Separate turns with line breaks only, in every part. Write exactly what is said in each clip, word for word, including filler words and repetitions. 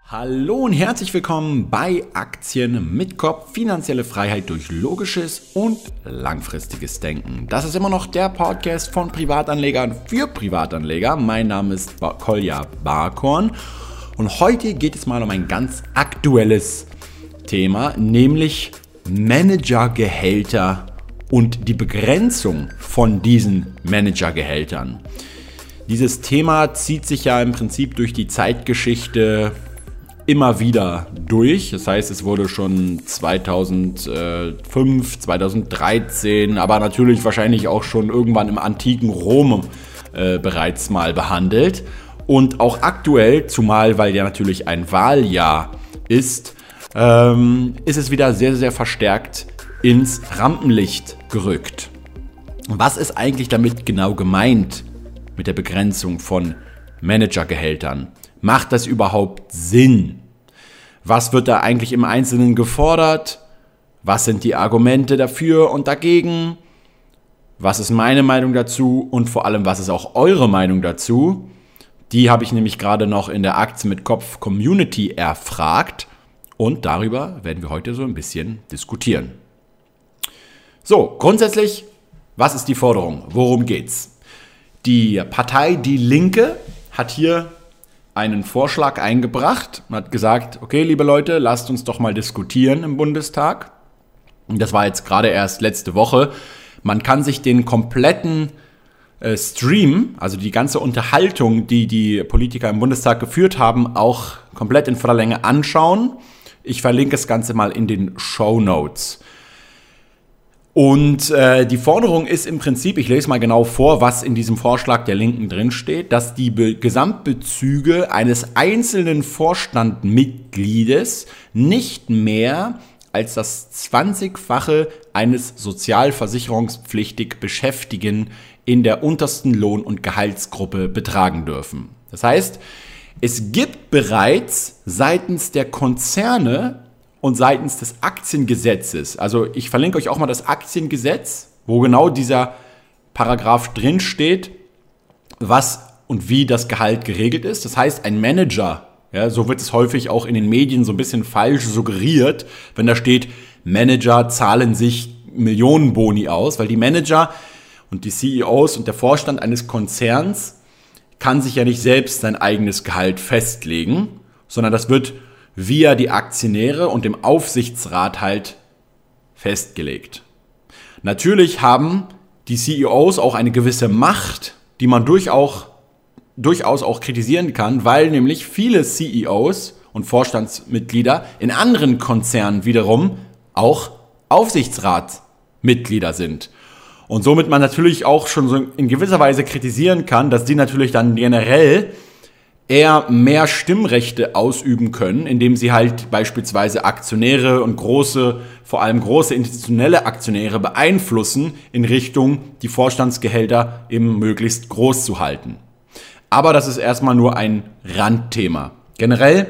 Hallo und herzlich willkommen bei Aktien mit Kopf, finanzielle Freiheit durch logisches und langfristiges Denken. Das ist immer noch der Podcast von Privatanlegern für Privatanleger. Mein Name ist Kolja Barkhorn und heute geht es mal um ein ganz aktuelles Thema, nämlich Managergehälter und die Begrenzung von diesen Managergehältern. Dieses Thema zieht sich ja im Prinzip durch die Zeitgeschichte immer wieder durch. Das heißt, es wurde schon zweitausendfünf, zweitausenddreizehn, aber natürlich wahrscheinlich auch schon irgendwann im antiken Rom äh, bereits mal behandelt. Und auch aktuell, zumal weil ja natürlich ein Wahljahr ist, ähm, ist es wieder sehr, sehr verstärkt ins Rampenlicht gerückt. Was ist eigentlich damit genau gemeint mit der Begrenzung von Managergehältern? Macht das überhaupt Sinn? Was wird da eigentlich im Einzelnen gefordert? Was sind die Argumente dafür und dagegen? Was ist meine Meinung dazu? Und vor allem, was ist auch eure Meinung dazu? Die habe ich nämlich gerade noch in der Aktien mit Kopf Community erfragt. Und darüber werden wir heute so ein bisschen diskutieren. So, grundsätzlich, was ist die Forderung? Worum geht's? Die Partei Die Linke hat hier einen Vorschlag eingebracht und hat gesagt, okay, liebe Leute, lasst uns doch mal diskutieren im Bundestag. Und das war jetzt gerade erst letzte Woche. Man kann sich den kompletten äh, Stream, also die ganze Unterhaltung, die die Politiker im Bundestag geführt haben, auch komplett in voller Länge anschauen. Ich verlinke das Ganze mal in den Shownotes. Und äh, die Forderung ist im Prinzip, ich lese mal genau vor, was in diesem Vorschlag der Linken drinsteht, dass die Be- Gesamtbezüge eines einzelnen Vorstandmitgliedes nicht mehr als das zwanzigfache eines sozialversicherungspflichtig Beschäftigten in der untersten Lohn- und Gehaltsgruppe betragen dürfen. Das heißt, es gibt bereits seitens der Konzerne und seitens des Aktiengesetzes, also ich verlinke euch auch mal das Aktiengesetz, wo genau dieser Paragraph drin steht, was und wie das Gehalt geregelt ist. Das heißt, ein Manager, ja, so wird es häufig auch in den Medien so ein bisschen falsch suggeriert, wenn da steht, Manager zahlen sich Millionenboni aus, weil die Manager und die C E Os und der Vorstand eines Konzerns kann sich ja nicht selbst sein eigenes Gehalt festlegen, sondern das wird via die Aktionäre und dem Aufsichtsrat halt festgelegt. Natürlich haben die C E Os auch eine gewisse Macht, die man durchaus, durchaus auch kritisieren kann, weil nämlich viele C E Os und Vorstandsmitglieder in anderen Konzernen wiederum auch Aufsichtsratsmitglieder sind. Und somit man natürlich auch schon so in gewisser Weise kritisieren kann, dass die natürlich dann generell eher mehr Stimmrechte ausüben können, indem sie halt beispielsweise Aktionäre und große, vor allem große institutionelle Aktionäre beeinflussen in Richtung, die Vorstandsgehälter eben möglichst groß zu halten. Aber das ist erstmal nur ein Randthema. Generell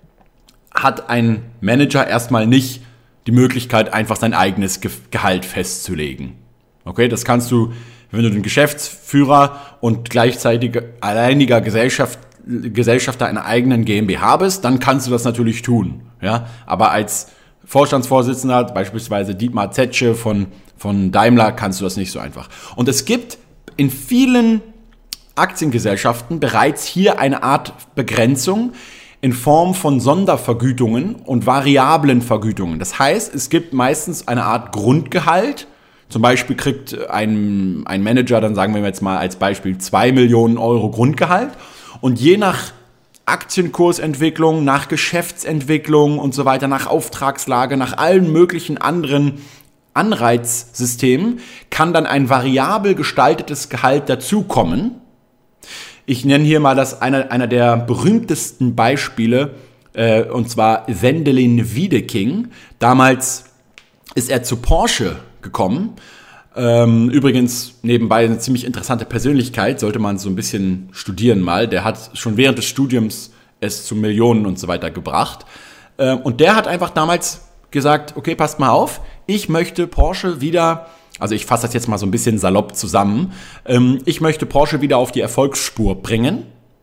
hat ein Manager erstmal nicht die Möglichkeit, einfach sein eigenes Gehalt festzulegen. Okay, das kannst du, wenn du den Geschäftsführer und gleichzeitig alleiniger Gesellschaft Gesellschafter einer eigenen GmbH bist, dann kannst du das natürlich tun. Ja? Aber als Vorstandsvorsitzender, beispielsweise Dietmar Zetsche von, von Daimler, kannst du das nicht so einfach. Und es gibt in vielen Aktiengesellschaften bereits hier eine Art Begrenzung in Form von Sondervergütungen und variablen Vergütungen. Das heißt, es gibt meistens eine Art Grundgehalt. Zum Beispiel kriegt ein, ein Manager, dann sagen wir jetzt mal als Beispiel zwei Millionen Euro Grundgehalt. Und je nach Aktienkursentwicklung, nach Geschäftsentwicklung und so weiter, nach Auftragslage, nach allen möglichen anderen Anreizsystemen kann dann ein variabel gestaltetes Gehalt dazukommen. Ich nenne hier mal das einer, einer der berühmtesten Beispiele, äh, und zwar Wendelin Wiedeking. Damals ist er zu Porsche gekommen. Ähm, übrigens nebenbei eine ziemlich interessante Persönlichkeit, sollte man so ein bisschen studieren mal. Der hat schon während des Studiums es zu Millionen und so weiter gebracht. Ähm, und der hat einfach damals gesagt, okay, passt mal auf, ich möchte Porsche wieder, also ich fasse das jetzt mal so ein bisschen salopp zusammen, ähm, ich möchte Porsche wieder auf die Erfolgsspur bringen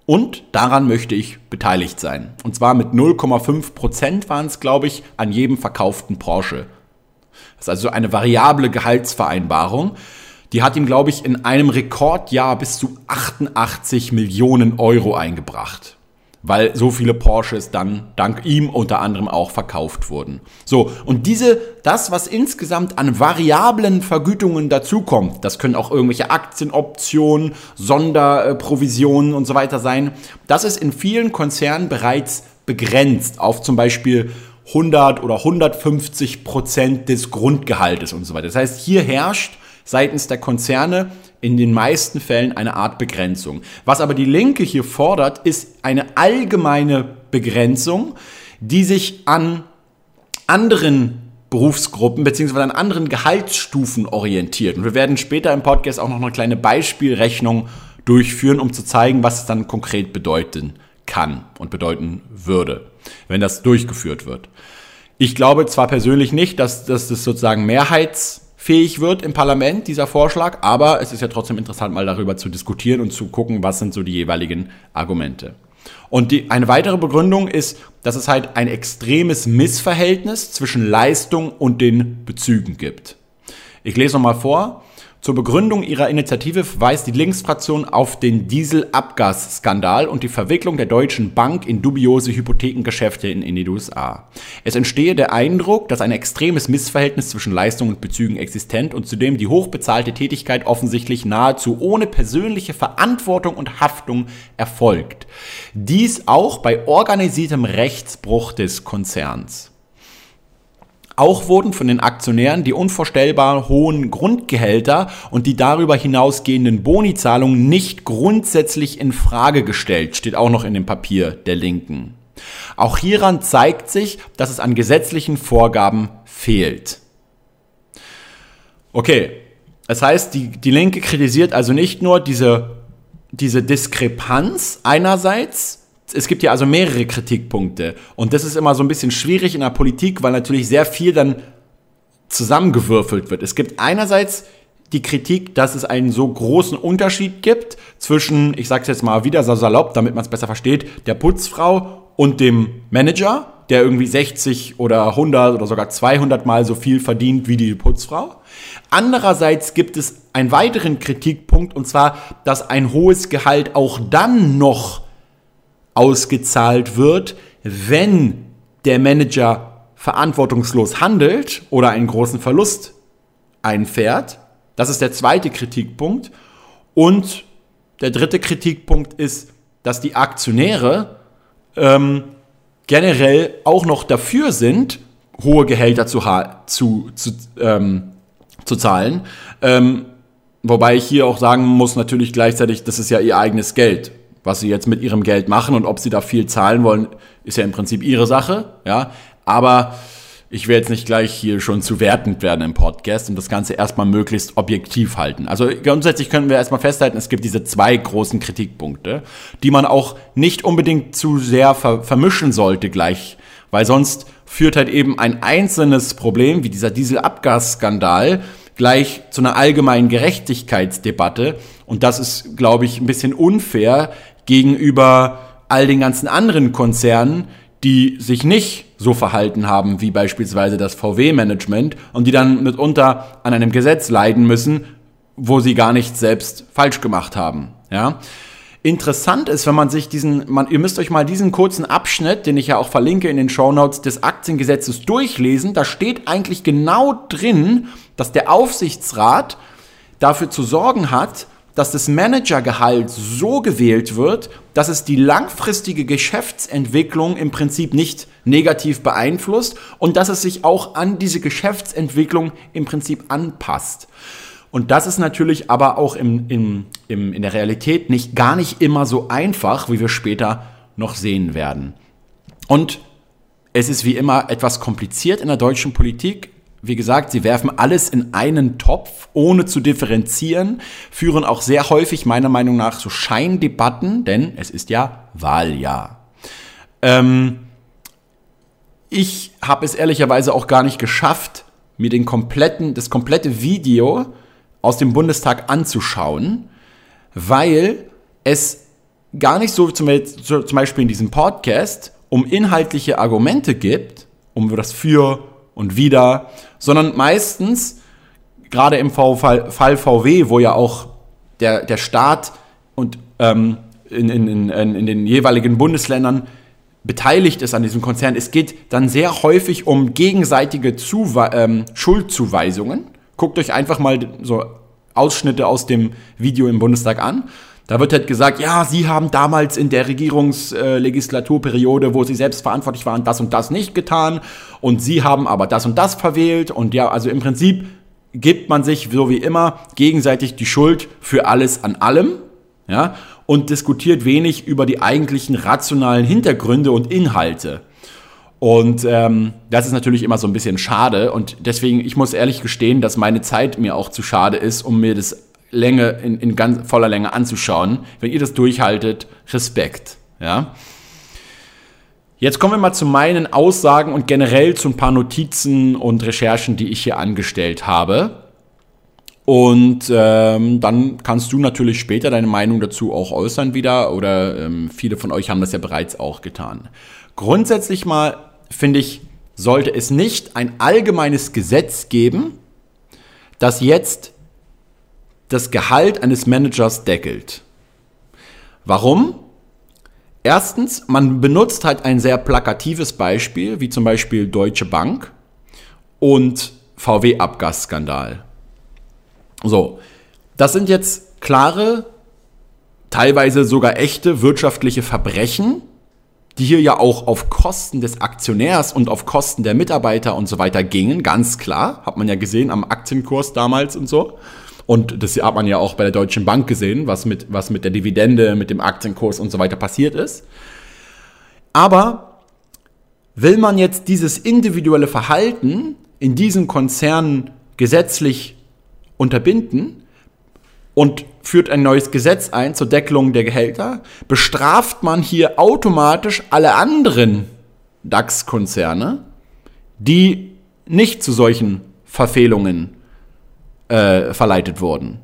Und daran möchte ich beteiligt sein. Und zwar mit null Komma fünf Prozent waren es, glaube ich, an jedem verkauften Porsche. Das ist also eine variable Gehaltsvereinbarung. Die hat ihm, glaube ich, in einem Rekordjahr bis zu achtundachtzig Millionen Euro eingebracht. Weil so viele Porsches dann dank ihm unter anderem auch verkauft wurden. So, und diese, das, was insgesamt an variablen Vergütungen dazukommt, das können auch irgendwelche Aktienoptionen, Sonderprovisionen und so weiter sein, das ist in vielen Konzernen bereits begrenzt auf zum Beispiel hundert oder hundertfünfzig Prozent des Grundgehaltes und so weiter. Das heißt, hier herrscht seitens der Konzerne in den meisten Fällen eine Art Begrenzung. Was aber die Linke hier fordert, ist eine allgemeine Begrenzung, die sich an anderen Berufsgruppen bzw. an anderen Gehaltsstufen orientiert. Und wir werden später im Podcast auch noch eine kleine Beispielrechnung durchführen, um zu zeigen, was es dann konkret bedeuten kann und bedeuten würde, wenn das durchgeführt wird. Ich glaube zwar persönlich nicht, dass, dass das sozusagen mehrheits fähig wird im Parlament, dieser Vorschlag, aber es ist ja trotzdem interessant, mal darüber zu diskutieren und zu gucken, was sind so die jeweiligen Argumente. Und die, eine weitere Begründung ist, dass es halt ein extremes Missverhältnis zwischen Leistung und den Bezügen gibt. Ich lese nochmal vor. Zur Begründung ihrer Initiative verweist die Linksfraktion auf den Dieselabgasskandal und die Verwicklung der Deutschen Bank in dubiose Hypothekengeschäfte in, in den U S A. Es entstehe der Eindruck, dass ein extremes Missverhältnis zwischen Leistung und Bezügen existent und zudem die hochbezahlte Tätigkeit offensichtlich nahezu ohne persönliche Verantwortung und Haftung erfolgt. Dies auch bei organisiertem Rechtsbruch des Konzerns. Auch wurden von den Aktionären die unvorstellbar hohen Grundgehälter und die darüber hinausgehenden Bonizahlungen nicht grundsätzlich in Frage gestellt, steht auch noch in dem Papier der Linken. Auch hieran zeigt sich, dass es an gesetzlichen Vorgaben fehlt. Okay, das heißt, die, die Linke kritisiert also nicht nur diese, diese Diskrepanz einerseits. Es gibt ja also mehrere Kritikpunkte und das ist immer so ein bisschen schwierig in der Politik, weil natürlich sehr viel dann zusammengewürfelt wird. Es gibt einerseits die Kritik, dass es einen so großen Unterschied gibt zwischen, ich sag's jetzt mal wieder so salopp, damit man es besser versteht, der Putzfrau und dem Manager, der irgendwie sechzig oder hundert oder sogar zweihundert Mal so viel verdient wie die Putzfrau. Andererseits gibt es einen weiteren Kritikpunkt und zwar, dass ein hohes Gehalt auch dann noch ausgezahlt wird, wenn der Manager verantwortungslos handelt oder einen großen Verlust einfährt. Das ist der zweite Kritikpunkt. Und der dritte Kritikpunkt ist, dass die Aktionäre ähm, generell auch noch dafür sind, hohe Gehälter zu, zu, zu, ähm, zu zahlen. Ähm, wobei ich hier auch sagen muss, natürlich gleichzeitig, das ist ja ihr eigenes Geld. Was sie jetzt mit ihrem Geld machen und ob sie da viel zahlen wollen, ist ja im Prinzip ihre Sache, ja. Aber ich will jetzt nicht gleich hier schon zu wertend werden im Podcast und das Ganze erstmal möglichst objektiv halten. Also grundsätzlich können wir erstmal festhalten, es gibt diese zwei großen Kritikpunkte, die man auch nicht unbedingt zu sehr ver- vermischen sollte gleich, weil sonst führt halt eben ein einzelnes Problem, wie dieser Dieselabgasskandal, gleich zu einer allgemeinen Gerechtigkeitsdebatte. Und das ist, glaube ich, ein bisschen unfair gegenüber all den ganzen anderen Konzernen, die sich nicht so verhalten haben wie beispielsweise das V W-Management und die dann mitunter an einem Gesetz leiden müssen, wo sie gar nichts selbst falsch gemacht haben. Ja? Interessant ist, wenn man sich diesen, man, ihr müsst euch mal diesen kurzen Abschnitt, den ich ja auch verlinke in den Shownotes, des Aktiengesetzes durchlesen. Da steht eigentlich genau drin, dass der Aufsichtsrat dafür zu sorgen hat, dass das Managergehalt so gewählt wird, dass es die langfristige Geschäftsentwicklung im Prinzip nicht negativ beeinflusst und dass es sich auch an diese Geschäftsentwicklung im Prinzip anpasst. Und das ist natürlich aber auch im, im, im, in der Realität nicht, gar nicht immer so einfach, wie wir später noch sehen werden. Und es ist wie immer etwas kompliziert in der deutschen Politik. Wie gesagt, sie werfen alles in einen Topf, ohne zu differenzieren, führen auch sehr häufig meiner Meinung nach so Scheindebatten, denn es ist ja Wahljahr. Ähm, ich habe es ehrlicherweise auch gar nicht geschafft, mir den kompletten, das komplette Video aus dem Bundestag anzuschauen, weil es gar nicht so zum, zum Beispiel in diesem Podcast um inhaltliche Argumente gibt, um das Für und Wider, sondern meistens, gerade im Fall, Fall V W, wo ja auch der, der Staat und ähm, in, in, in, in den jeweiligen Bundesländern beteiligt ist an diesem Konzern, es geht dann sehr häufig um gegenseitige Zuwe- ähm, Schuldzuweisungen. Guckt euch einfach mal so Ausschnitte aus dem Video im Bundestag an. Da wird halt gesagt, ja, Sie haben damals in der Regierungslegislaturperiode, wo Sie selbst verantwortlich waren, das und das nicht getan und Sie haben aber das und das verwählt und ja, also im Prinzip gibt man sich, so wie immer, gegenseitig die Schuld für alles an allem, ja, und diskutiert wenig über die eigentlichen rationalen Hintergründe und Inhalte. Und ähm, das ist natürlich immer so ein bisschen schade und deswegen, ich muss ehrlich gestehen, dass meine Zeit mir auch zu schade ist, um mir das Länge in, in ganz voller Länge anzuschauen. Wenn ihr das durchhaltet, Respekt. Ja? Jetzt kommen wir mal zu meinen Aussagen und generell zu ein paar Notizen und Recherchen, die ich hier angestellt habe. Und ähm, dann kannst du natürlich später deine Meinung dazu auch äußern wieder oder ähm, viele von euch haben das ja bereits auch getan. Grundsätzlich mal, finde ich, sollte es nicht ein allgemeines Gesetz geben, das jetzt das Gehalt eines Managers deckelt. Warum? Erstens, man benutzt halt ein sehr plakatives Beispiel, wie zum Beispiel Deutsche Bank und V W-Abgasskandal. So, das sind jetzt klare, teilweise sogar echte wirtschaftliche Verbrechen, die hier ja auch auf Kosten des Aktionärs und auf Kosten der Mitarbeiter und so weiter gingen, ganz klar, hat man ja gesehen am Aktienkurs damals und so. Und das hat man ja auch bei der Deutschen Bank gesehen, was mit, was mit der Dividende, mit dem Aktienkurs und so weiter passiert ist. Aber will man jetzt dieses individuelle Verhalten in diesen Konzernen gesetzlich unterbinden und führt ein neues Gesetz ein zur Deckelung der Gehälter, bestraft man hier automatisch alle anderen DAX-Konzerne, die nicht zu solchen Verfehlungen Äh, verleitet wurden.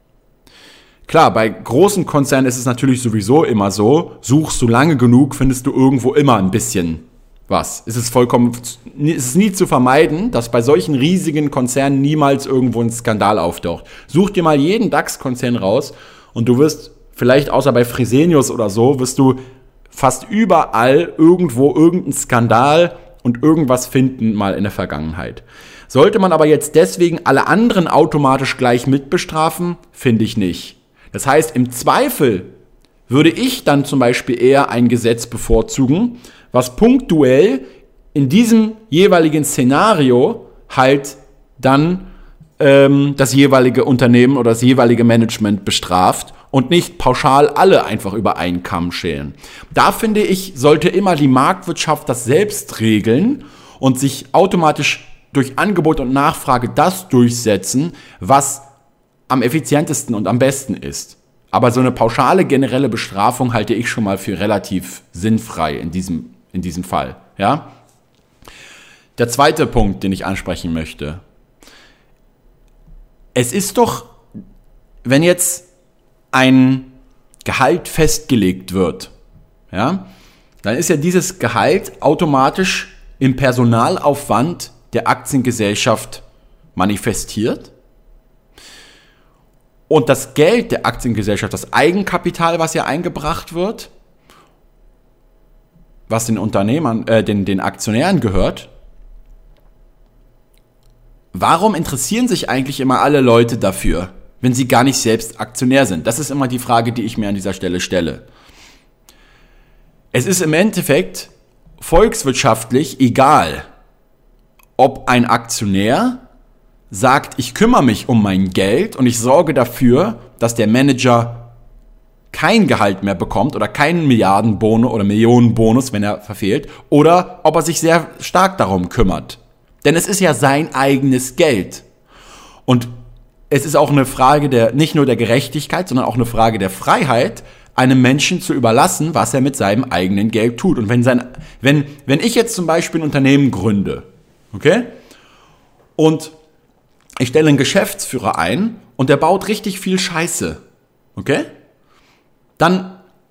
Klar, bei großen Konzernen ist es natürlich sowieso immer so, suchst du lange genug, findest du irgendwo immer ein bisschen was. Es ist vollkommen, es ist nie zu vermeiden, dass bei solchen riesigen Konzernen niemals irgendwo ein Skandal auftaucht. Such dir mal jeden DAX-Konzern raus und du wirst vielleicht außer bei Fresenius oder so, wirst du fast überall irgendwo irgendeinen Skandal und irgendwas finden mal in der Vergangenheit. Sollte man aber jetzt deswegen alle anderen automatisch gleich mitbestrafen? Finde ich nicht. Das heißt, im Zweifel würde ich dann zum Beispiel eher ein Gesetz bevorzugen, was punktuell in diesem jeweiligen Szenario halt dann ähm, das jeweilige Unternehmen oder das jeweilige Management bestraft und nicht pauschal alle einfach über einen Kamm scheren. Da finde ich, sollte immer die Marktwirtschaft das selbst regeln und sich automatisch durch Angebot und Nachfrage das durchsetzen, was am effizientesten und am besten ist. Aber so eine pauschale generelle Bestrafung halte ich schon mal für relativ sinnfrei in diesem, in diesem Fall. Ja? Der zweite Punkt, den ich ansprechen möchte. Es ist doch, wenn jetzt ein Gehalt festgelegt wird, ja, dann ist ja dieses Gehalt automatisch im Personalaufwand der Aktiengesellschaft manifestiert. Und das Geld der Aktiengesellschaft, das Eigenkapital, was ja eingebracht wird, was den Unternehmern, äh, den, den Aktionären gehört, warum interessieren sich eigentlich immer alle Leute dafür, wenn sie gar nicht selbst Aktionär sind? Das ist immer die Frage, die ich mir an dieser Stelle stelle. Es ist im Endeffekt volkswirtschaftlich egal, ob ein Aktionär sagt, ich kümmere mich um mein Geld und ich sorge dafür, dass der Manager kein Gehalt mehr bekommt oder keinen Milliardenbonus oder Millionenbonus, wenn er verfehlt, oder ob er sich sehr stark darum kümmert. Denn es ist ja sein eigenes Geld. Und es ist auch eine Frage der, nicht nur der Gerechtigkeit, sondern auch eine Frage der Freiheit, einem Menschen zu überlassen, was er mit seinem eigenen Geld tut. Und wenn sein, wenn, wenn ich jetzt zum Beispiel ein Unternehmen gründe, okay? Und ich stelle einen Geschäftsführer ein und der baut richtig viel Scheiße, okay? Dann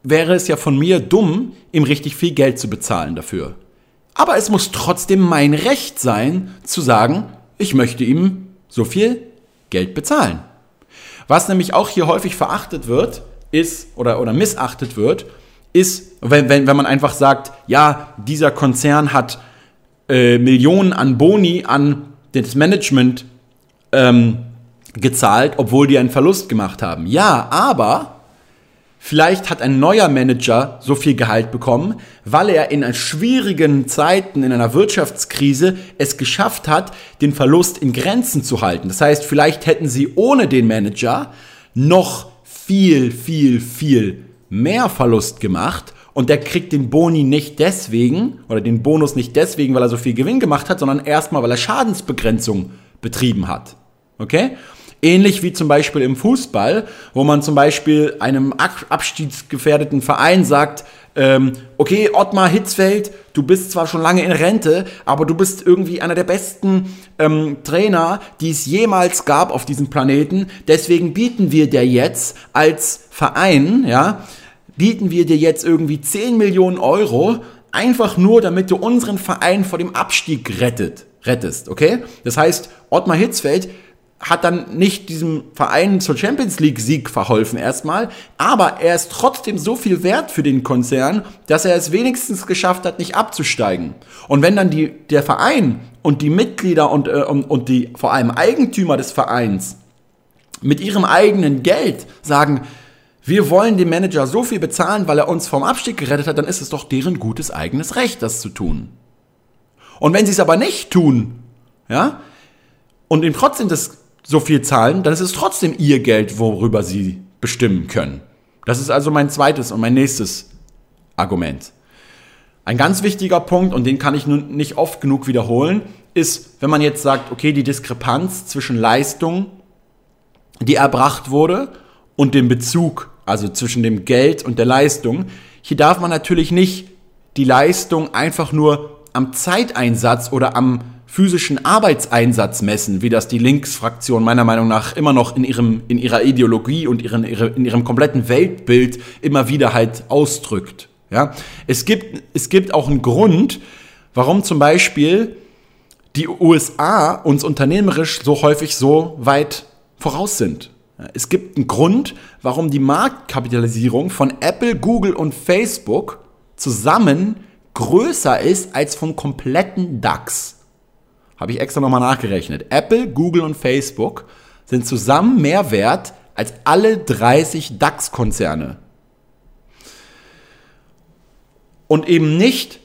wäre es ja von mir dumm, ihm richtig viel Geld zu bezahlen dafür. Aber es muss trotzdem mein Recht sein, zu sagen, ich möchte ihm so viel Geld bezahlen. Was nämlich auch hier häufig verachtet wird, ist, oder, oder missachtet wird, ist, wenn, wenn, wenn man einfach sagt, ja, dieser Konzern hat äh, Millionen an Boni an das Management ähm, gezahlt, obwohl die einen Verlust gemacht haben. Ja, aber vielleicht hat ein neuer Manager so viel Gehalt bekommen, weil er in schwierigen Zeiten, in einer Wirtschaftskrise, es geschafft hat, den Verlust in Grenzen zu halten. Das heißt, vielleicht hätten sie ohne den Manager noch viel, viel, viel mehr Verlust gemacht und der kriegt den Boni nicht deswegen, oder den Bonus nicht deswegen, weil er so viel Gewinn gemacht hat, sondern erstmal, weil er Schadensbegrenzung betrieben hat. Okay? Ähnlich wie zum Beispiel im Fußball, wo man zum Beispiel einem abstiegsgefährdeten Verein sagt, ähm, okay, Ottmar Hitzfeld, du bist zwar schon lange in Rente, aber du bist irgendwie einer der besten ähm, Trainer, die es jemals gab auf diesem Planeten. Deswegen bieten wir dir jetzt als Verein, ja, bieten wir dir jetzt irgendwie zehn Millionen Euro, einfach nur, damit du unseren Verein vor dem Abstieg rettet, rettest, okay? Das heißt, Ottmar Hitzfeld hat dann nicht diesem Verein zur Champions League Sieg verholfen erstmal, aber er ist trotzdem so viel wert für den Konzern, dass er es wenigstens geschafft hat, nicht abzusteigen. Und wenn dann die, der Verein und die Mitglieder und, äh, und, und die vor allem Eigentümer des Vereins mit ihrem eigenen Geld sagen, wir wollen dem Manager so viel bezahlen, weil er uns vom Abstieg gerettet hat, dann ist es doch deren gutes eigenes Recht, das zu tun. Und wenn sie es aber nicht tun, ja, und ihm trotzdem das so viel zahlen, dann ist es trotzdem ihr Geld, worüber sie bestimmen können. Das ist also mein zweites und mein nächstes Argument. Ein ganz wichtiger Punkt, und den kann ich nun nicht oft genug wiederholen, ist, wenn man jetzt sagt, okay, die Diskrepanz zwischen Leistung, die erbracht wurde, und dem Bezug, also zwischen dem Geld und der Leistung, hier darf man natürlich nicht die Leistung einfach nur am Zeiteinsatz oder am physischen Arbeitseinsatz messen, wie das die Linksfraktion meiner Meinung nach immer noch in ihrem in ihrer Ideologie und ihren, ihre, in ihrem kompletten Weltbild immer wieder halt ausdrückt. Ja? Es gibt, es gibt auch einen Grund, warum zum Beispiel die U S A uns unternehmerisch so häufig so weit voraus sind. Es gibt einen Grund, warum die Marktkapitalisierung von Apple, Google und Facebook zusammen größer ist als vom kompletten DAX. Habe ich extra nochmal nachgerechnet. Apple, Google und Facebook sind zusammen mehr wert als alle dreißig DAX-Konzerne. Und eben nicht,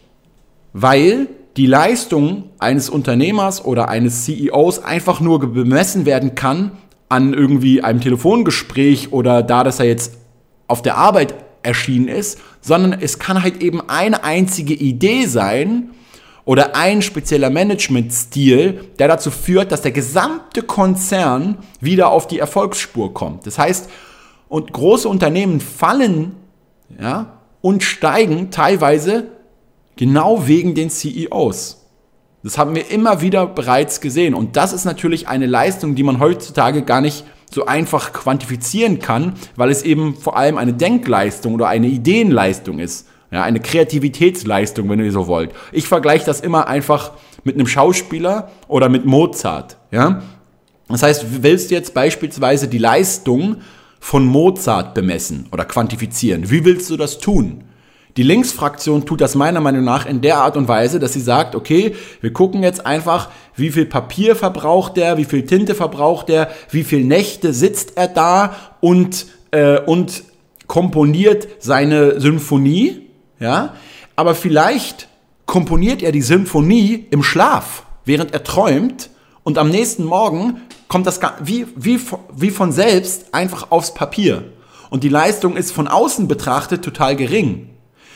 weil die Leistung eines Unternehmers oder eines C E Os einfach nur bemessen werden kann an irgendwie einem Telefongespräch oder da, dass er jetzt auf der Arbeit erschienen ist, sondern es kann halt eben eine einzige Idee sein, oder ein spezieller Managementstil, der dazu führt, dass der gesamte Konzern wieder auf die Erfolgsspur kommt. Das heißt, und große Unternehmen fallen, ja, und steigen teilweise genau wegen den C E Os. Das haben wir immer wieder bereits gesehen. Und das ist natürlich eine Leistung, die man heutzutage gar nicht so einfach quantifizieren kann, weil es eben vor allem eine Denkleistung oder eine Ideenleistung ist. Ja, eine Kreativitätsleistung, wenn ihr so wollt. Ich vergleiche das immer einfach mit einem Schauspieler oder mit Mozart. Ja? Das heißt, willst du jetzt beispielsweise die Leistung von Mozart bemessen oder quantifizieren? Wie willst du das tun? Die Linksfraktion tut das meiner Meinung nach in der Art und Weise, dass sie sagt, okay, wir gucken jetzt einfach, wie viel Papier verbraucht der, wie viel Tinte verbraucht der, wie viele Nächte sitzt er da und, äh, und komponiert seine Symphonie. Ja, aber vielleicht komponiert er die Symphonie im Schlaf, während er träumt, und am nächsten Morgen kommt das wie, wie, wie von selbst einfach aufs Papier. Und die Leistung ist von außen betrachtet total gering.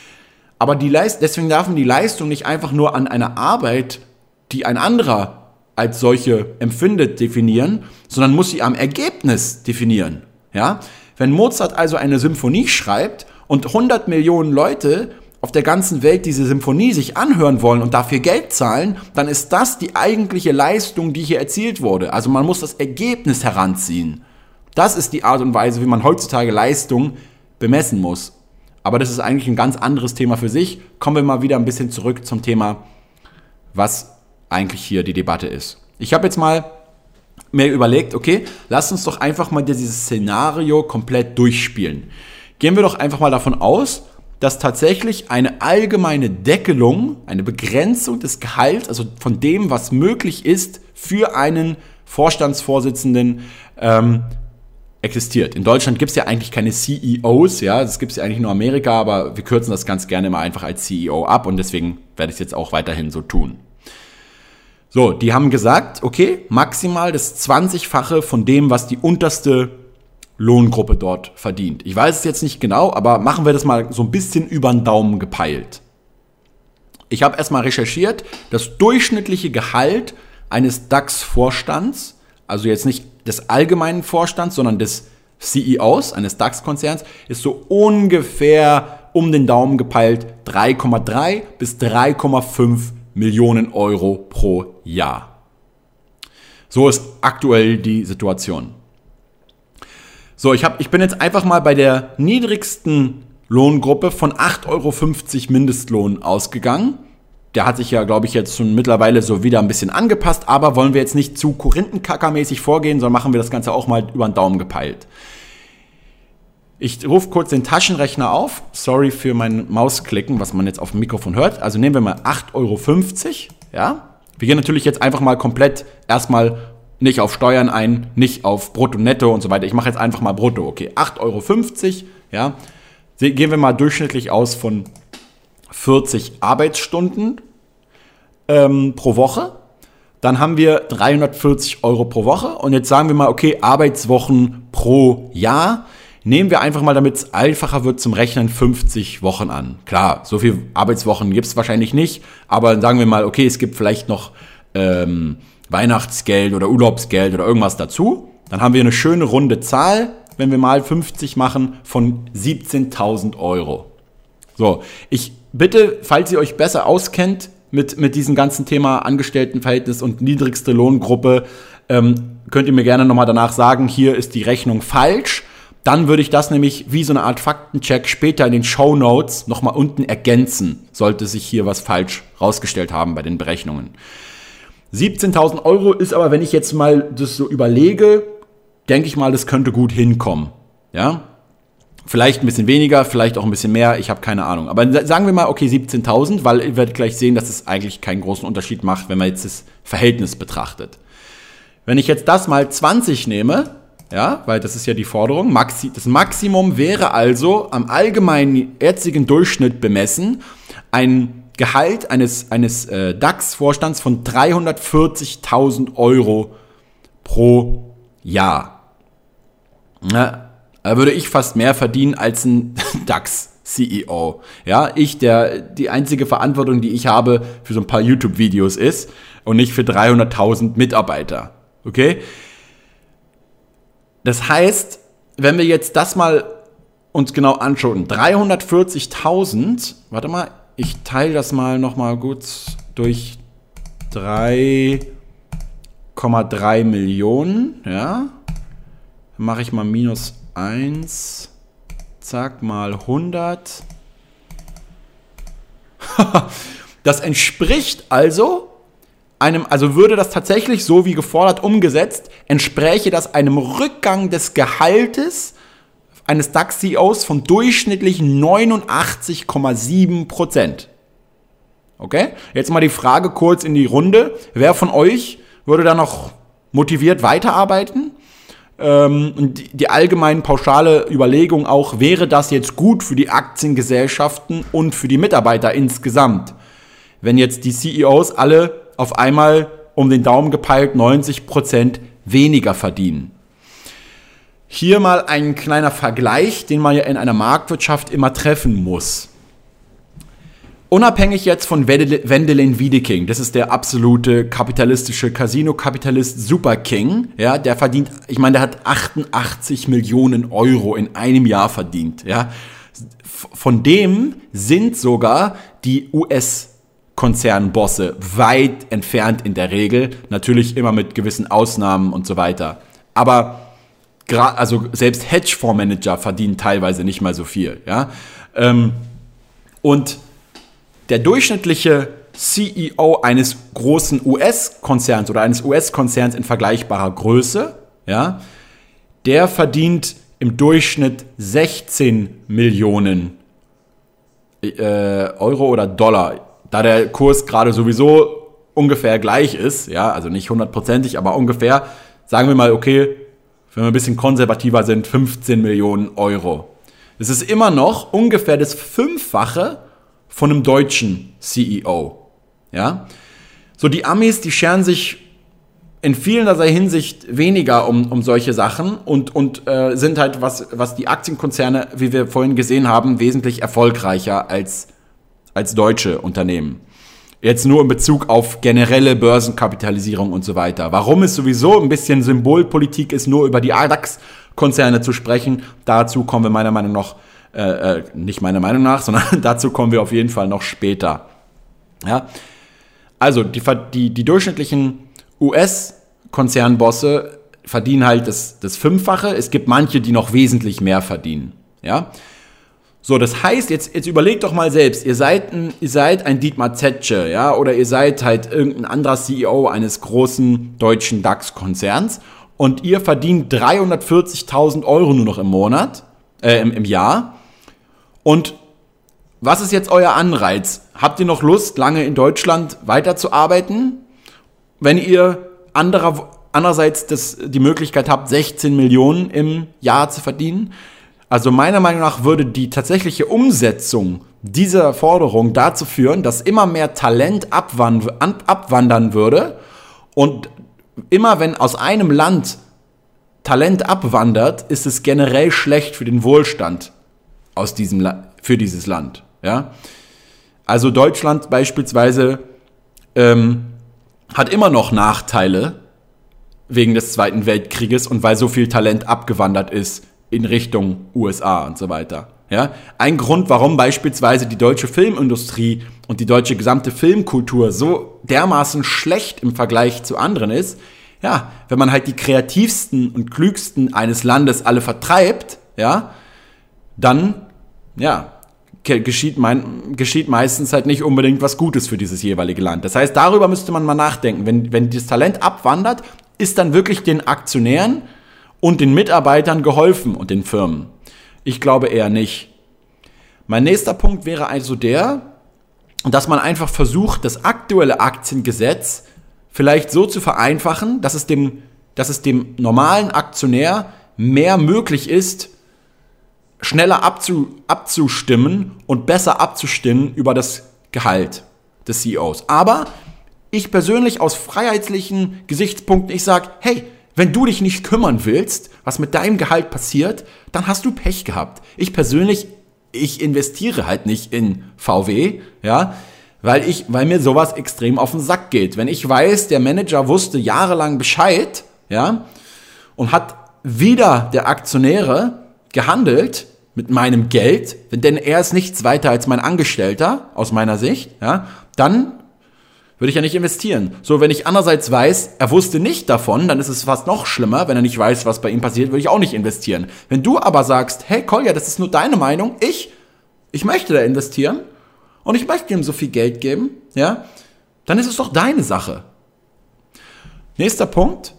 Aber die Leist- deswegen darf man die Leistung nicht einfach nur an einer Arbeit, die ein anderer als solche empfindet, definieren, sondern muss sie am Ergebnis definieren. Ja? Wenn Mozart also eine Symphonie schreibt und hundert Millionen Leute auf der ganzen Welt diese Symphonie sich anhören wollen und dafür Geld zahlen, dann ist das die eigentliche Leistung, die hier erzielt wurde. Also man muss das Ergebnis heranziehen. Das ist die Art und Weise, wie man heutzutage Leistung bemessen muss. Aber das ist eigentlich ein ganz anderes Thema für sich. Kommen wir mal wieder ein bisschen zurück zum Thema, was eigentlich hier die Debatte ist. Ich habe jetzt mal mir überlegt, okay, lass uns doch einfach mal dieses Szenario komplett durchspielen. Gehen wir doch einfach mal davon aus, dass tatsächlich eine allgemeine Deckelung, eine Begrenzung des Gehalts, also von dem, was möglich ist, für einen Vorstandsvorsitzenden ähm, existiert. In Deutschland gibt es ja eigentlich keine C E Os, ja, das gibt es ja eigentlich nur in Amerika, aber wir kürzen das ganz gerne immer einfach als C E O ab und deswegen werde ich es jetzt auch weiterhin so tun. So, die haben gesagt, okay, maximal das zwanzigfache von dem, was die unterste Lohngruppe dort verdient. Ich weiß es jetzt nicht genau, aber machen wir das mal so ein bisschen über den Daumen gepeilt. Ich habe erstmal recherchiert, das durchschnittliche Gehalt eines DAX-Vorstands, also jetzt nicht des allgemeinen Vorstands, sondern des C E Os eines DAX-Konzerns, ist so ungefähr um den Daumen gepeilt drei Komma drei bis drei Komma fünf Millionen Euro pro Jahr. So ist aktuell die Situation. So, ich, hab, ich bin jetzt einfach mal bei der niedrigsten Lohngruppe von acht Euro fünfzig Mindestlohn ausgegangen. Der hat sich ja, glaube ich, jetzt schon mittlerweile so wieder ein bisschen angepasst, aber wollen wir jetzt nicht zu Korinthenkackermäßig vorgehen, sondern machen wir das Ganze auch mal über den Daumen gepeilt. Ich rufe kurz den Taschenrechner auf. Sorry für mein Mausklicken, was man jetzt auf dem Mikrofon hört. Also nehmen wir mal acht Euro fünfzig. Ja? Wir gehen natürlich jetzt einfach mal komplett erstmal nicht auf Steuern ein, nicht auf Brutto, Netto und so weiter. Ich mache jetzt einfach mal Brutto. Okay, acht Euro fünfzig. Ja? Gehen wir mal durchschnittlich aus von vierzig Arbeitsstunden ähm, pro Woche. Dann haben wir dreihundertvierzig Euro pro Woche. Und jetzt sagen wir mal, okay, Arbeitswochen pro Jahr. Nehmen wir einfach mal, damit es einfacher wird zum Rechnen, fünfzig Wochen an. Klar, so viele Arbeitswochen gibt es wahrscheinlich nicht, aber dann sagen wir mal, okay, es gibt vielleicht noch ähm, Weihnachtsgeld oder Urlaubsgeld oder irgendwas dazu. Dann haben wir eine schöne runde Zahl, wenn wir mal fünfzig machen, von siebzehntausend Euro. So, ich bitte, falls ihr euch besser auskennt mit, mit diesem ganzen Thema Angestelltenverhältnis und niedrigste Lohngruppe, ähm, könnt ihr mir gerne nochmal danach sagen, hier ist die Rechnung falsch. Dann würde ich das nämlich wie so eine Art Faktencheck später in den Shownotes nochmal unten ergänzen, sollte sich hier was falsch rausgestellt haben bei den Berechnungen. siebzehntausend Euro ist aber, wenn ich jetzt mal das so überlege, denke ich mal, das könnte gut hinkommen. Ja? Vielleicht ein bisschen weniger, vielleicht auch ein bisschen mehr, ich habe keine Ahnung. Aber sagen wir mal, okay, siebzehntausend, weil ihr werdet gleich sehen, dass es eigentlich keinen großen Unterschied macht, wenn man jetzt das Verhältnis betrachtet. Wenn ich jetzt das mal zwanzig nehme, ja, weil das ist ja die Forderung, Maxi, das Maximum wäre also am allgemeinen jetzigen Durchschnitt bemessen ein Gehalt eines, eines äh, DAX-Vorstands von dreihundertvierzigtausend Euro pro Jahr. Ja, da würde ich fast mehr verdienen als ein DAX-C E O. Ja, ich, der die einzige Verantwortung, die ich habe für so ein paar YouTube-Videos ist und nicht für dreihunderttausend Mitarbeiter. Okay? Das heißt, wenn wir jetzt das mal uns genau anschauen, dreihundertvierzigtausend, warte mal, ich teile das mal nochmal gut durch drei Komma drei Millionen, ja, dann mache ich mal minus eins, zack, mal hundert. Das entspricht also einem, also würde das tatsächlich so wie gefordert umgesetzt, entspräche das einem Rückgang des Gehaltes eines DAX-C E Os von durchschnittlich neunundachtzig Komma sieben Prozent. Okay? Jetzt mal die Frage kurz in die Runde. Wer von euch würde da noch motiviert weiterarbeiten? Ähm, und die, die allgemeinen pauschale Überlegung auch, wäre das jetzt gut für die Aktiengesellschaften und für die Mitarbeiter insgesamt? Wenn jetzt die C E Os alle auf einmal um den Daumen gepeilt neunzig Prozent weniger verdienen. Hier mal ein kleiner Vergleich, den man ja in einer Marktwirtschaft immer treffen muss. Unabhängig jetzt von Wendelin Wiedeking, das ist der absolute kapitalistische Casino-Kapitalist Super King, ja, der verdient, ich meine, der hat achtundachtzig Millionen Euro in einem Jahr verdient, ja. Von dem sind sogar die U S-Konzernbosse weit entfernt in der Regel, natürlich immer mit gewissen Ausnahmen und so weiter. Aber also selbst Hedgefondsmanager verdienen teilweise nicht mal so viel, ja. Ähm, und der durchschnittliche C E O eines großen U S-Konzerns oder eines U S-Konzerns in vergleichbarer Größe, ja, der verdient im Durchschnitt sechzehn Millionen äh, Euro oder Dollar, da der Kurs gerade sowieso ungefähr gleich ist, ja, also nicht hundertprozentig, aber ungefähr, sagen wir mal, okay, wenn wir ein bisschen konservativer sind, fünfzehn Millionen Euro. Das ist immer noch ungefähr das Fünffache von einem deutschen C E O. Ja? So, die Amis, die scheren sich in vielerlei Hinsicht weniger um, um solche Sachen und, und äh, sind halt, was, was die Aktienkonzerne, wie wir vorhin gesehen haben, wesentlich erfolgreicher als, als deutsche Unternehmen. Jetzt nur in Bezug auf generelle Börsenkapitalisierung und so weiter. Warum es sowieso ein bisschen Symbolpolitik ist, nur über die DAX-Konzerne zu sprechen, dazu kommen wir meiner Meinung nach, äh, nicht meiner Meinung nach, sondern dazu kommen wir auf jeden Fall noch später. Ja? Also die, die, die durchschnittlichen U S-Konzernbosse verdienen halt das, das Fünffache. Es gibt manche, die noch wesentlich mehr verdienen. Ja? So, das heißt, jetzt, jetzt überlegt doch mal selbst, ihr seid ein, ihr seid ein Dietmar Zetsche, ja, oder ihr seid halt irgendein anderer C E O eines großen deutschen DAX-Konzerns und ihr verdient dreihundertvierzigtausend Euro nur noch im Monat, äh, im, im Jahr. Und was ist jetzt euer Anreiz? Habt ihr noch Lust, lange in Deutschland weiterzuarbeiten, wenn ihr anderer, andererseits das, die Möglichkeit habt, sechzehn Millionen im Jahr zu verdienen? Also meiner Meinung nach würde die tatsächliche Umsetzung dieser Forderung dazu führen, dass immer mehr Talent abwand- abwandern würde und immer wenn aus einem Land Talent abwandert, ist es generell schlecht für den Wohlstand aus diesem La- für dieses Land. Ja? Also Deutschland beispielsweise ähm, hat immer noch Nachteile wegen des Zweiten Weltkrieges und weil so viel Talent abgewandert ist in Richtung U S A und so weiter. Ja? Ein Grund, warum beispielsweise die deutsche Filmindustrie und die deutsche gesamte Filmkultur so dermaßen schlecht im Vergleich zu anderen ist, ja, wenn man halt die kreativsten und klügsten eines Landes alle vertreibt, ja, dann, ja, geschieht, mein, geschieht meistens halt nicht unbedingt was Gutes für dieses jeweilige Land. Das heißt, darüber müsste man mal nachdenken. Wenn, wenn das Talent abwandert, ist dann wirklich den Aktionären und den Mitarbeitern geholfen und den Firmen? Ich glaube eher nicht. Mein nächster Punkt wäre also der, dass man einfach versucht, das aktuelle Aktiengesetz vielleicht so zu vereinfachen, dass es dem, dass es dem normalen Aktionär mehr möglich ist, schneller abzu, abzustimmen und besser abzustimmen über das Gehalt des C E Os. Aber ich persönlich aus freiheitlichen Gesichtspunkten, ich sage, hey, wenn du dich nicht kümmern willst, was mit deinem Gehalt passiert, dann hast du Pech gehabt. Ich persönlich, ich investiere halt nicht in V W, ja, weil ich, weil mir sowas extrem auf den Sack geht. Wenn ich weiß, der Manager wusste jahrelang Bescheid, ja, und hat wieder der Aktionäre gehandelt mit meinem Geld, denn er ist nichts weiter als mein Angestellter, aus meiner Sicht, ja, dann würde ich ja nicht investieren. So, wenn ich andererseits weiß, er wusste nicht davon, dann ist es fast noch schlimmer. Wenn er nicht weiß, was bei ihm passiert, würde ich auch nicht investieren. Wenn du aber sagst, hey Kolja, das ist nur deine Meinung, ich, ich möchte da investieren und ich möchte ihm so viel Geld geben, ja, dann ist es doch deine Sache. Nächster Punkt.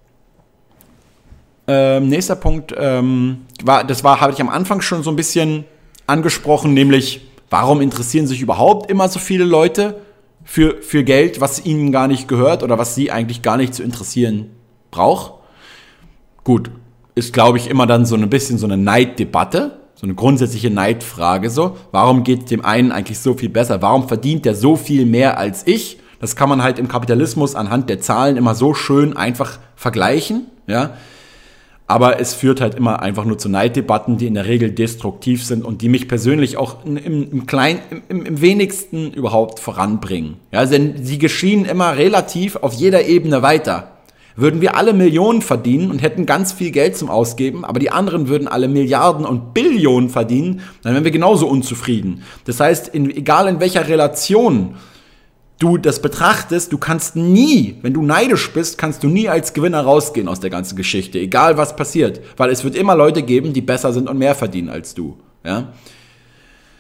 Ähm, nächster Punkt, ähm, war, das war, habe ich am Anfang schon so ein bisschen angesprochen, nämlich, warum interessieren sich überhaupt immer so viele Leute für, für Geld, was ihnen gar nicht gehört oder was sie eigentlich gar nicht zu interessieren braucht? Gut, ist, glaube ich, immer dann so ein bisschen so eine Neiddebatte, so eine grundsätzliche Neidfrage so. Warum geht es dem einen eigentlich so viel besser? Warum verdient der so viel mehr als ich? Das kann man halt im Kapitalismus anhand der Zahlen immer so schön einfach vergleichen, ja. Aber es führt halt immer einfach nur zu Neiddebatten, die in der Regel destruktiv sind und die mich persönlich auch im, im, Klein, im, im wenigsten überhaupt voranbringen. Ja, denn sie geschehen immer relativ auf jeder Ebene weiter. Würden wir alle Millionen verdienen und hätten ganz viel Geld zum Ausgeben, aber die anderen würden alle Milliarden und Billionen verdienen, dann wären wir genauso unzufrieden. Das heißt, in, egal in welcher Relation du das betrachtest, du kannst nie, wenn du neidisch bist, kannst du nie als Gewinner rausgehen aus der ganzen Geschichte, egal was passiert, weil es wird immer Leute geben, die besser sind und mehr verdienen als du, ja.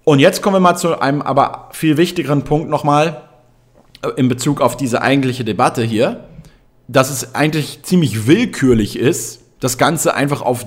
Und jetzt kommen wir mal zu einem aber viel wichtigeren Punkt nochmal in Bezug auf diese eigentliche Debatte hier, dass es eigentlich ziemlich willkürlich ist, das Ganze einfach auf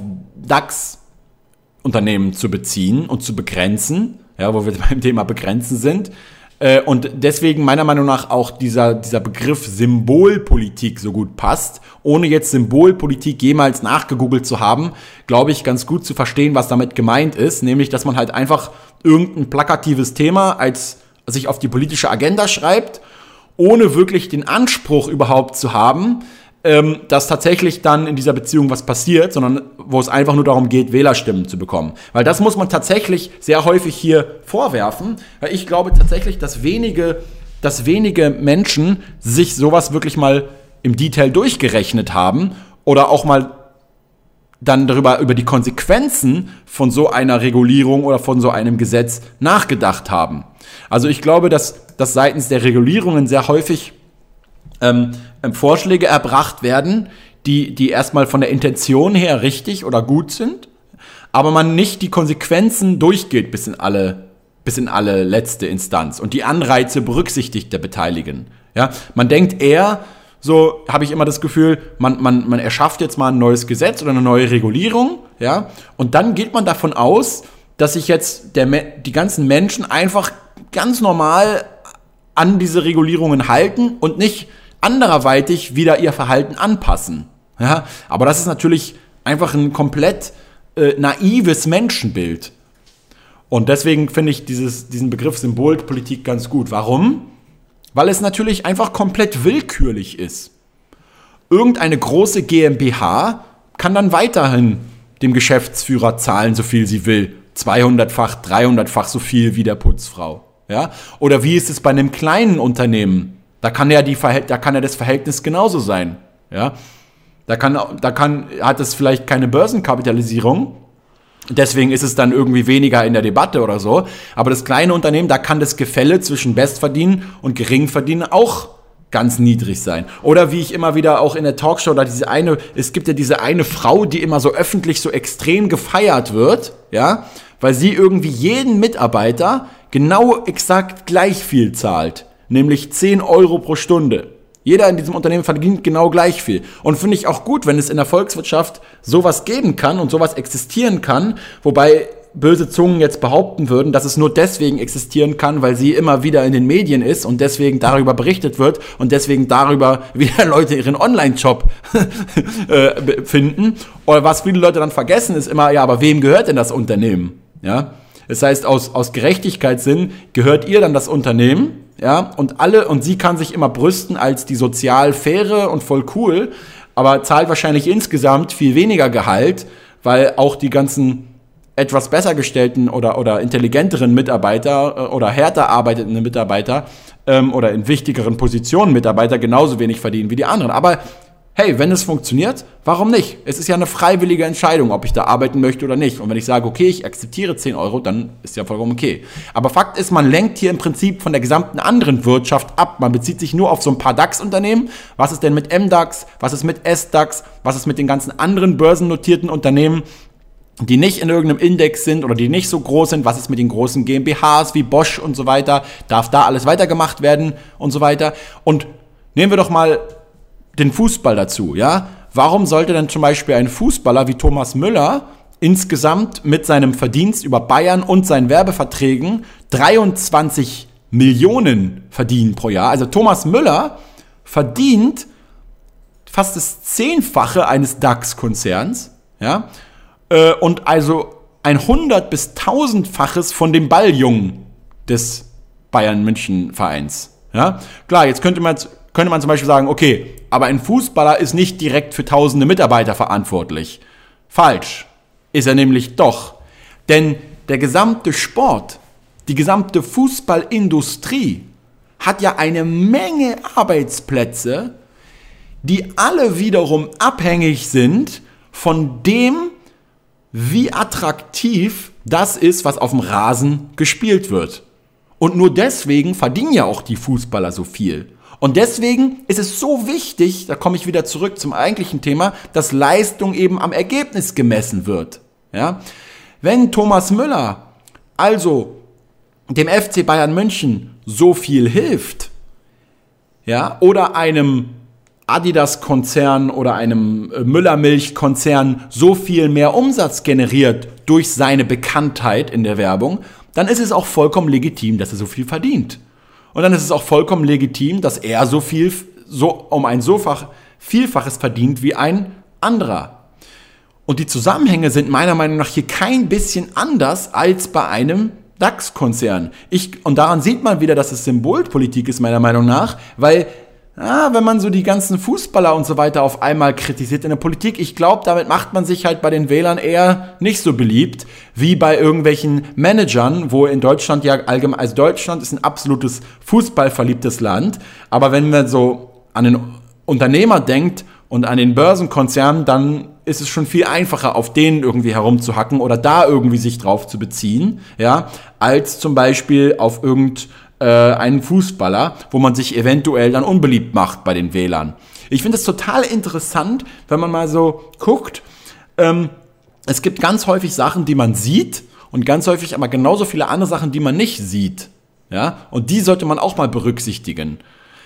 DAX-Unternehmen zu beziehen und zu begrenzen, ja, wo wir beim Thema Begrenzen sind. Und deswegen meiner Meinung nach auch dieser, dieser Begriff Symbolpolitik so gut passt. Ohne jetzt Symbolpolitik jemals nachgegoogelt zu haben, glaube ich, ganz gut zu verstehen, was damit gemeint ist. Nämlich, dass man halt einfach irgendein plakatives Thema als sich auf die politische Agenda schreibt, ohne wirklich den Anspruch überhaupt zu haben, ähm, dass tatsächlich dann in dieser Beziehung was passiert, sondern wo es einfach nur darum geht, Wählerstimmen zu bekommen. Weil das muss man tatsächlich sehr häufig hier vorwerfen, weil ich glaube tatsächlich, dass wenige, dass wenige Menschen sich sowas wirklich mal im Detail durchgerechnet haben oder auch mal dann darüber, über die Konsequenzen von so einer Regulierung oder von so einem Gesetz nachgedacht haben. Also ich glaube, dass, dass seitens der Regulierungen sehr häufig ähm, Vorschläge erbracht werden, die, die erstmal von der Intention her richtig oder gut sind, aber man nicht die Konsequenzen durchgeht bis in alle, bis in alle letzte Instanz und die Anreize berücksichtigt der Beteiligten. Ja, man denkt eher, so habe ich immer das Gefühl, man, man, man erschafft jetzt mal ein neues Gesetz oder eine neue Regulierung, ja, und dann geht man davon aus, dass sich jetzt der, die ganzen Menschen einfach ganz normal an diese Regulierungen halten und nicht anderweitig wieder ihr Verhalten anpassen. Ja, aber das ist natürlich einfach ein komplett äh, naives Menschenbild. Und deswegen finde ich dieses, diesen Begriff Symbolpolitik ganz gut. Warum? Weil es natürlich einfach komplett willkürlich ist. Irgendeine große GmbH kann dann weiterhin dem Geschäftsführer zahlen, so viel sie will. zweihundertfach, dreihundertfach so viel wie der Putzfrau. Ja? Oder wie ist es bei einem kleinen Unternehmen? Da kann ja, die, da kann ja das Verhältnis genauso sein. Ja? Da, kann, da kann, hat es vielleicht keine Börsenkapitalisierung. Deswegen ist es dann irgendwie weniger in der Debatte oder so. Aber das kleine Unternehmen, da kann das Gefälle zwischen Bestverdienen und Geringverdienen auch ganz niedrig sein. Oder wie ich immer wieder auch in der Talkshow, da diese eine, es gibt ja diese eine Frau, die immer so öffentlich so extrem gefeiert wird, ja, weil sie irgendwie jeden Mitarbeiter genau exakt gleich viel zahlt. Nämlich zehn Euro pro Stunde. Jeder in diesem Unternehmen verdient genau gleich viel. Und finde ich auch gut, wenn es in der Volkswirtschaft sowas geben kann und sowas existieren kann, wobei böse Zungen jetzt behaupten würden, dass es nur deswegen existieren kann, weil sie immer wieder in den Medien ist und deswegen darüber berichtet wird und deswegen darüber wieder Leute ihren Online-Shop äh, finden. Oder was viele Leute dann vergessen, ist immer, ja, aber wem gehört denn das Unternehmen? Ja? Das heißt, aus, aus Gerechtigkeitssinn gehört ihr dann das Unternehmen, ja, und alle, und sie kann sich immer brüsten als die sozial faire und voll cool, aber zahlt wahrscheinlich insgesamt viel weniger Gehalt, weil auch die ganzen etwas besser gestellten oder, oder intelligenteren Mitarbeiter oder härter arbeitenden Mitarbeiter ähm, oder in wichtigeren Positionen Mitarbeiter genauso wenig verdienen wie die anderen. Aber hey, wenn es funktioniert, warum nicht? Es ist ja eine freiwillige Entscheidung, ob ich da arbeiten möchte oder nicht. Und wenn ich sage, okay, ich akzeptiere zehn Euro, dann ist ja vollkommen okay. Aber Fakt ist, man lenkt hier im Prinzip von der gesamten anderen Wirtschaft ab. Man bezieht sich nur auf so ein paar DAX-Unternehmen. Was ist denn mit M DAX? Was ist mit S DAX? Was ist mit den ganzen anderen börsennotierten Unternehmen, die nicht in irgendeinem Index sind oder die nicht so groß sind? Was ist mit den großen GmbHs wie Bosch und so weiter? Darf da alles weitergemacht werden und so weiter? Und nehmen wir doch mal den Fußball dazu, ja? Warum sollte denn zum Beispiel ein Fußballer wie Thomas Müller insgesamt mit seinem Verdienst über Bayern und seinen Werbeverträgen dreiundzwanzig Millionen verdienen pro Jahr? Also Thomas Müller verdient fast das Zehnfache eines DAX-Konzerns, ja? Und also ein hundert- bis tausendfaches von dem Balljungen des Bayern-München-Vereins, ja? Klar, jetzt könnte man jetzt könnte man zum Beispiel sagen, okay, aber ein Fußballer ist nicht direkt für tausende Mitarbeiter verantwortlich. Falsch. Ist er nämlich doch. Denn der gesamte Sport, die gesamte Fußballindustrie hat ja eine Menge Arbeitsplätze, die alle wiederum abhängig sind von dem, wie attraktiv das ist, was auf dem Rasen gespielt wird. Und nur deswegen verdienen ja auch die Fußballer so viel. Und deswegen ist es so wichtig, da komme ich wieder zurück zum eigentlichen Thema, dass Leistung eben am Ergebnis gemessen wird. Ja? Wenn Thomas Müller also dem F C Bayern München so viel hilft, ja, oder einem Adidas-Konzern oder einem Müller-Milch-Konzern so viel mehr Umsatz generiert durch seine Bekanntheit in der Werbung, dann ist es auch vollkommen legitim, dass er so viel verdient. Und dann ist es auch vollkommen legitim, dass er so viel, so um ein sofach Vielfaches verdient wie ein anderer. Und die Zusammenhänge sind meiner Meinung nach hier kein bisschen anders als bei einem DAX-Konzern. Ich, und daran sieht man wieder, dass es Symbolpolitik ist, meiner Meinung nach, weil, ja, wenn man so die ganzen Fußballer und so weiter auf einmal kritisiert in der Politik, ich glaube, damit macht man sich halt bei den Wählern eher nicht so beliebt, wie bei irgendwelchen Managern, wo in Deutschland ja allgemein, also Deutschland ist ein absolutes fußballverliebtes Land, aber wenn man so an den Unternehmer denkt und an den Börsenkonzern, dann ist es schon viel einfacher, auf denen irgendwie herumzuhacken oder da irgendwie sich drauf zu beziehen, ja, als zum Beispiel auf irgendeinen Fußballer, wo man sich eventuell dann unbeliebt macht bei den Wählern. Ich finde es total interessant, wenn man mal so guckt, ähm, es gibt ganz häufig Sachen, die man sieht und ganz häufig aber genauso viele andere Sachen, die man nicht sieht, ja, und die sollte man auch mal berücksichtigen.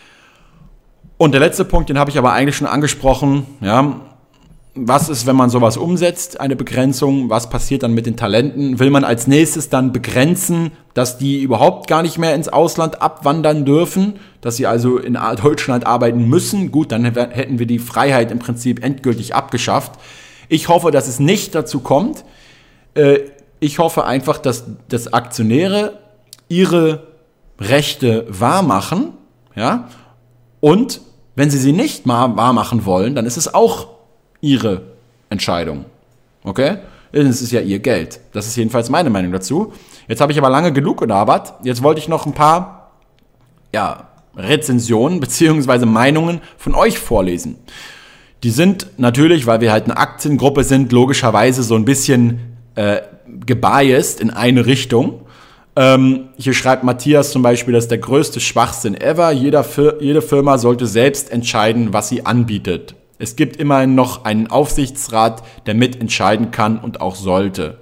Und der letzte Punkt, den habe ich aber eigentlich schon angesprochen, ja, was ist, wenn man sowas umsetzt, eine Begrenzung, was passiert dann mit den Talenten? Will man als nächstes dann begrenzen, dass die überhaupt gar nicht mehr ins Ausland abwandern dürfen, dass sie also in Deutschland arbeiten müssen? Gut, dann hätten wir die Freiheit im Prinzip endgültig abgeschafft. Ich hoffe, dass es nicht dazu kommt. Ich hoffe einfach, dass, dass Aktionäre ihre Rechte wahrmachen, ja, und wenn sie sie nicht mal wahrmachen wollen, dann ist es auch ihre Entscheidung. Okay? Es ist ja ihr Geld. Das ist jedenfalls meine Meinung dazu. Jetzt habe ich aber lange genug gelabert. Jetzt wollte ich noch ein paar ja, Rezensionen bzw. Meinungen von euch vorlesen. Die sind natürlich, weil wir halt eine Aktiengruppe sind, logischerweise so ein bisschen äh, gebiased in eine Richtung. Ähm, hier schreibt Matthias zum Beispiel, das ist der größte Schwachsinn ever. Jeder Fir- jede Firma sollte selbst entscheiden, was sie anbietet. Es gibt immerhin noch einen Aufsichtsrat, der mitentscheiden kann und auch sollte.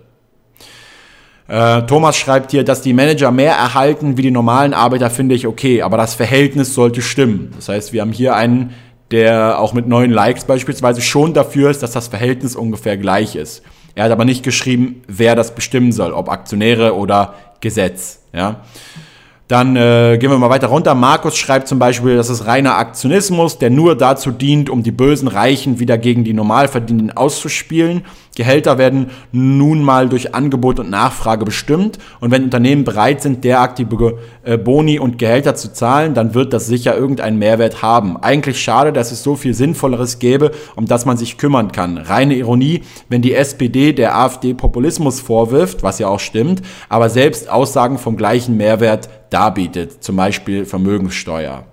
Äh, Thomas schreibt hier, dass die Manager mehr erhalten wie die normalen Arbeiter, finde ich okay, aber das Verhältnis sollte stimmen. Das heißt, wir haben hier einen, der auch mit neun Likes beispielsweise schon dafür ist, dass das Verhältnis ungefähr gleich ist. Er hat aber nicht geschrieben, wer das bestimmen soll, ob Aktionäre oder Gesetz. Ja. Dann äh, gehen wir mal weiter runter. Markus schreibt zum Beispiel, das ist reiner Aktionismus, der nur dazu dient, um die bösen Reichen wieder gegen die Normalverdienenden auszuspielen. Gehälter werden nun mal durch Angebot und Nachfrage bestimmt. Und wenn Unternehmen bereit sind, derartige äh, Boni und Gehälter zu zahlen, dann wird das sicher irgendeinen Mehrwert haben. Eigentlich schade, dass es so viel Sinnvolleres gäbe, um das man sich kümmern kann. Reine Ironie, wenn die S P D der AfD Populismus vorwirft, was ja auch stimmt, aber selbst Aussagen vom gleichen Mehrwert darbietet, zum Beispiel Vermögenssteuer.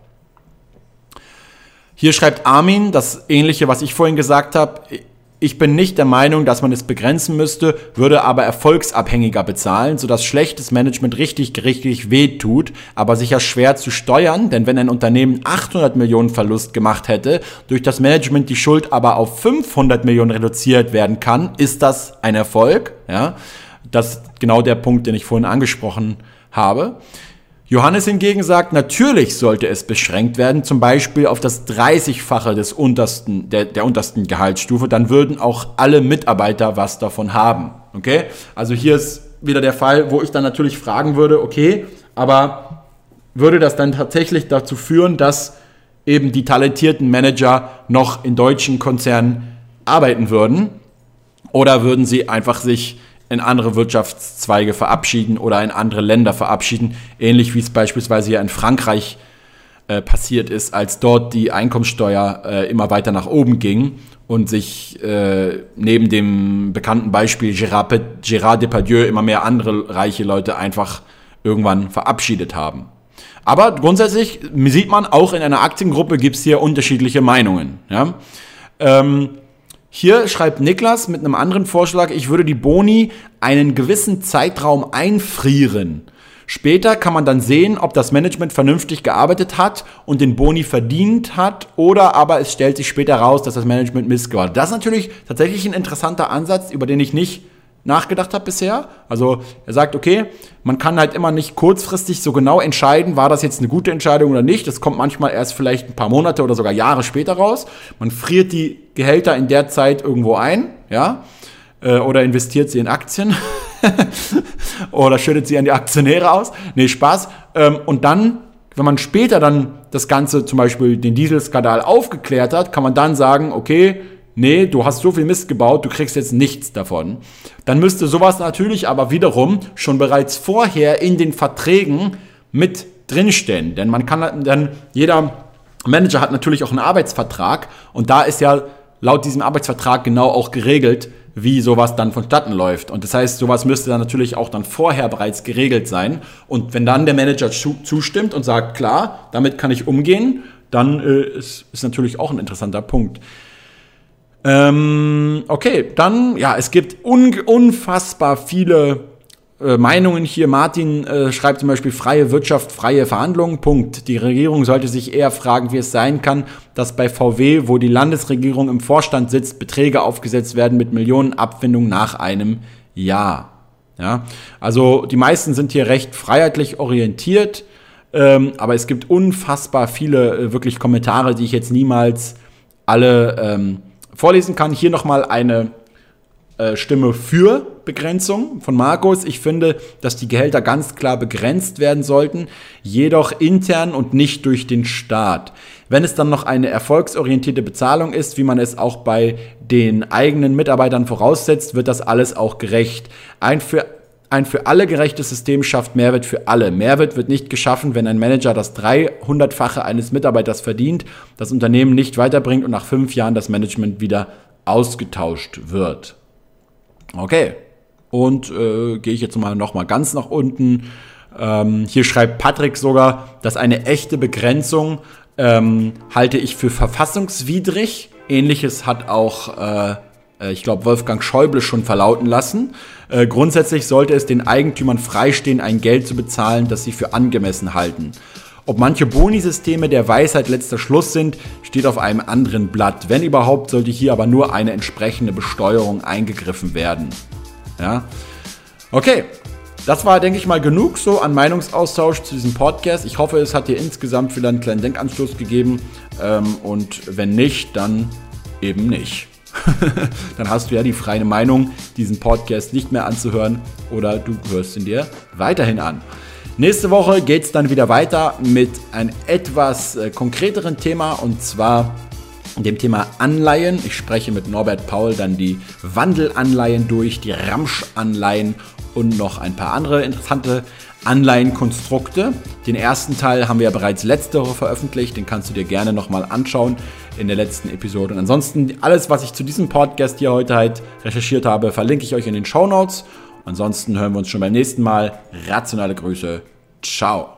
Hier schreibt Armin das Ähnliche, was ich vorhin gesagt habe. Ich bin nicht der Meinung, dass man es begrenzen müsste, würde aber erfolgsabhängiger bezahlen, sodass schlechtes Management richtig, richtig wehtut, aber sicher schwer zu steuern, denn wenn ein Unternehmen achthundert Millionen Verlust gemacht hätte, durch das Management die Schuld aber auf fünfhundert Millionen reduziert werden kann, ist das ein Erfolg? Ja, das ist genau der Punkt, den ich vorhin angesprochen habe. Johannes hingegen sagt, natürlich sollte es beschränkt werden, zum Beispiel auf das dreißigfache des untersten, der, der untersten Gehaltsstufe, dann würden auch alle Mitarbeiter was davon haben. Okay? Also hier ist wieder der Fall, wo ich dann natürlich fragen würde, okay, aber würde das dann tatsächlich dazu führen, dass eben die talentierten Manager noch in deutschen Konzernen arbeiten würden? Oder würden sie einfach sich in andere Wirtschaftszweige verabschieden oder in andere Länder verabschieden, ähnlich wie es beispielsweise hier in Frankreich äh, passiert ist, als dort die Einkommensteuer äh, immer weiter nach oben ging und sich äh, neben dem bekannten Beispiel Gérard, Gérard Depardieu immer mehr andere reiche Leute einfach irgendwann verabschiedet haben. Aber grundsätzlich sieht man, auch in einer Aktiengruppe gibt es hier unterschiedliche Meinungen. Ja? Ähm, Hier schreibt Niklas mit einem anderen Vorschlag, ich würde die Boni einen gewissen Zeitraum einfrieren. Später kann man dann sehen, ob das Management vernünftig gearbeitet hat und den Boni verdient hat, oder aber es stellt sich später raus, dass das Management Mist gemacht hat. Das ist natürlich tatsächlich ein interessanter Ansatz, über den ich nicht nachgedacht habe bisher. Also er sagt, okay, man kann halt immer nicht kurzfristig so genau entscheiden, war das jetzt eine gute Entscheidung oder nicht. Das kommt manchmal erst vielleicht ein paar Monate oder sogar Jahre später raus. Man friert die Gehälter in der Zeit irgendwo ein, ja, äh, oder investiert sie in Aktien oder schüttet sie an die Aktionäre aus. Nee, Spaß. Ähm, und dann, wenn man später dann das Ganze, zum Beispiel den Dieselskandal aufgeklärt hat, kann man dann sagen, okay, nee, du hast so viel Mist gebaut, du kriegst jetzt nichts davon. Dann müsste sowas natürlich aber wiederum schon bereits vorher in den Verträgen mit drinstehen. Denn man kann dann, jeder Manager hat natürlich auch einen Arbeitsvertrag und da ist ja laut diesem Arbeitsvertrag genau auch geregelt, wie sowas dann vonstatten läuft. Und das heißt, sowas müsste dann natürlich auch dann vorher bereits geregelt sein. Und wenn dann der Manager zustimmt und sagt, klar, damit kann ich umgehen, dann äh, ist, ist natürlich auch ein interessanter Punkt. Ähm, okay, dann, ja, es gibt un- unfassbar viele äh, Meinungen hier. Martin äh, schreibt zum Beispiel, freie Wirtschaft, freie Verhandlungen, Punkt. Die Regierung sollte sich eher fragen, wie es sein kann, dass bei V W, wo die Landesregierung im Vorstand sitzt, Beträge aufgesetzt werden mit Millionen Abfindungen nach einem Jahr. Ja, also die meisten sind hier recht freiheitlich orientiert, ähm, aber es gibt unfassbar viele äh, wirklich Kommentare, die ich jetzt niemals alle ähm, vorlesen kann. Hier nochmal eine äh, Stimme für Begrenzung von Markus. Ich finde, dass die Gehälter ganz klar begrenzt werden sollten, jedoch intern und nicht durch den Staat. Wenn es dann noch eine erfolgsorientierte Bezahlung ist, wie man es auch bei den eigenen Mitarbeitern voraussetzt, wird das alles auch gerecht. Ein für Ein für alle gerechtes System schafft Mehrwert für alle. Mehrwert wird nicht geschaffen, wenn ein Manager das dreihundertfache eines Mitarbeiters verdient, das Unternehmen nicht weiterbringt und nach fünf Jahren das Management wieder ausgetauscht wird. Okay, und äh, gehe ich jetzt mal noch mal ganz nach unten. Ähm, hier schreibt Patrick sogar, dass eine echte Begrenzung ähm, halte ich für verfassungswidrig. Ähnliches hat auch äh, ich glaube, Wolfgang Schäuble schon verlauten lassen. Äh, grundsätzlich sollte es den Eigentümern freistehen, ein Geld zu bezahlen, das sie für angemessen halten. Ob manche Bonisysteme der Weisheit letzter Schluss sind, steht auf einem anderen Blatt. Wenn überhaupt, sollte hier aber nur eine entsprechende Besteuerung eingegriffen werden. Ja, okay. Das war, denke ich mal, genug so an Meinungsaustausch zu diesem Podcast. Ich hoffe, es hat dir insgesamt wieder einen kleinen Denkanstoß gegeben. Ähm, und wenn nicht, dann eben nicht. Dann hast du ja die freie Meinung, diesen Podcast nicht mehr anzuhören oder du hörst ihn dir weiterhin an. Nächste Woche geht es dann wieder weiter mit einem etwas äh, konkreteren Thema und zwar dem Thema Anleihen. Ich spreche mit Norbert Paul dann die Wandelanleihen durch, die Ramsch-Anleihen und noch ein paar andere interessante Anleihenkonstrukte. Den ersten Teil haben wir ja bereits letzte Woche veröffentlicht, den kannst du dir gerne nochmal anschauen in der letzten Episode. Und ansonsten alles, was ich zu diesem Podcast hier heute halt recherchiert habe, verlinke ich euch in den Shownotes. Ansonsten hören wir uns schon beim nächsten Mal. Rationale Grüße. Ciao.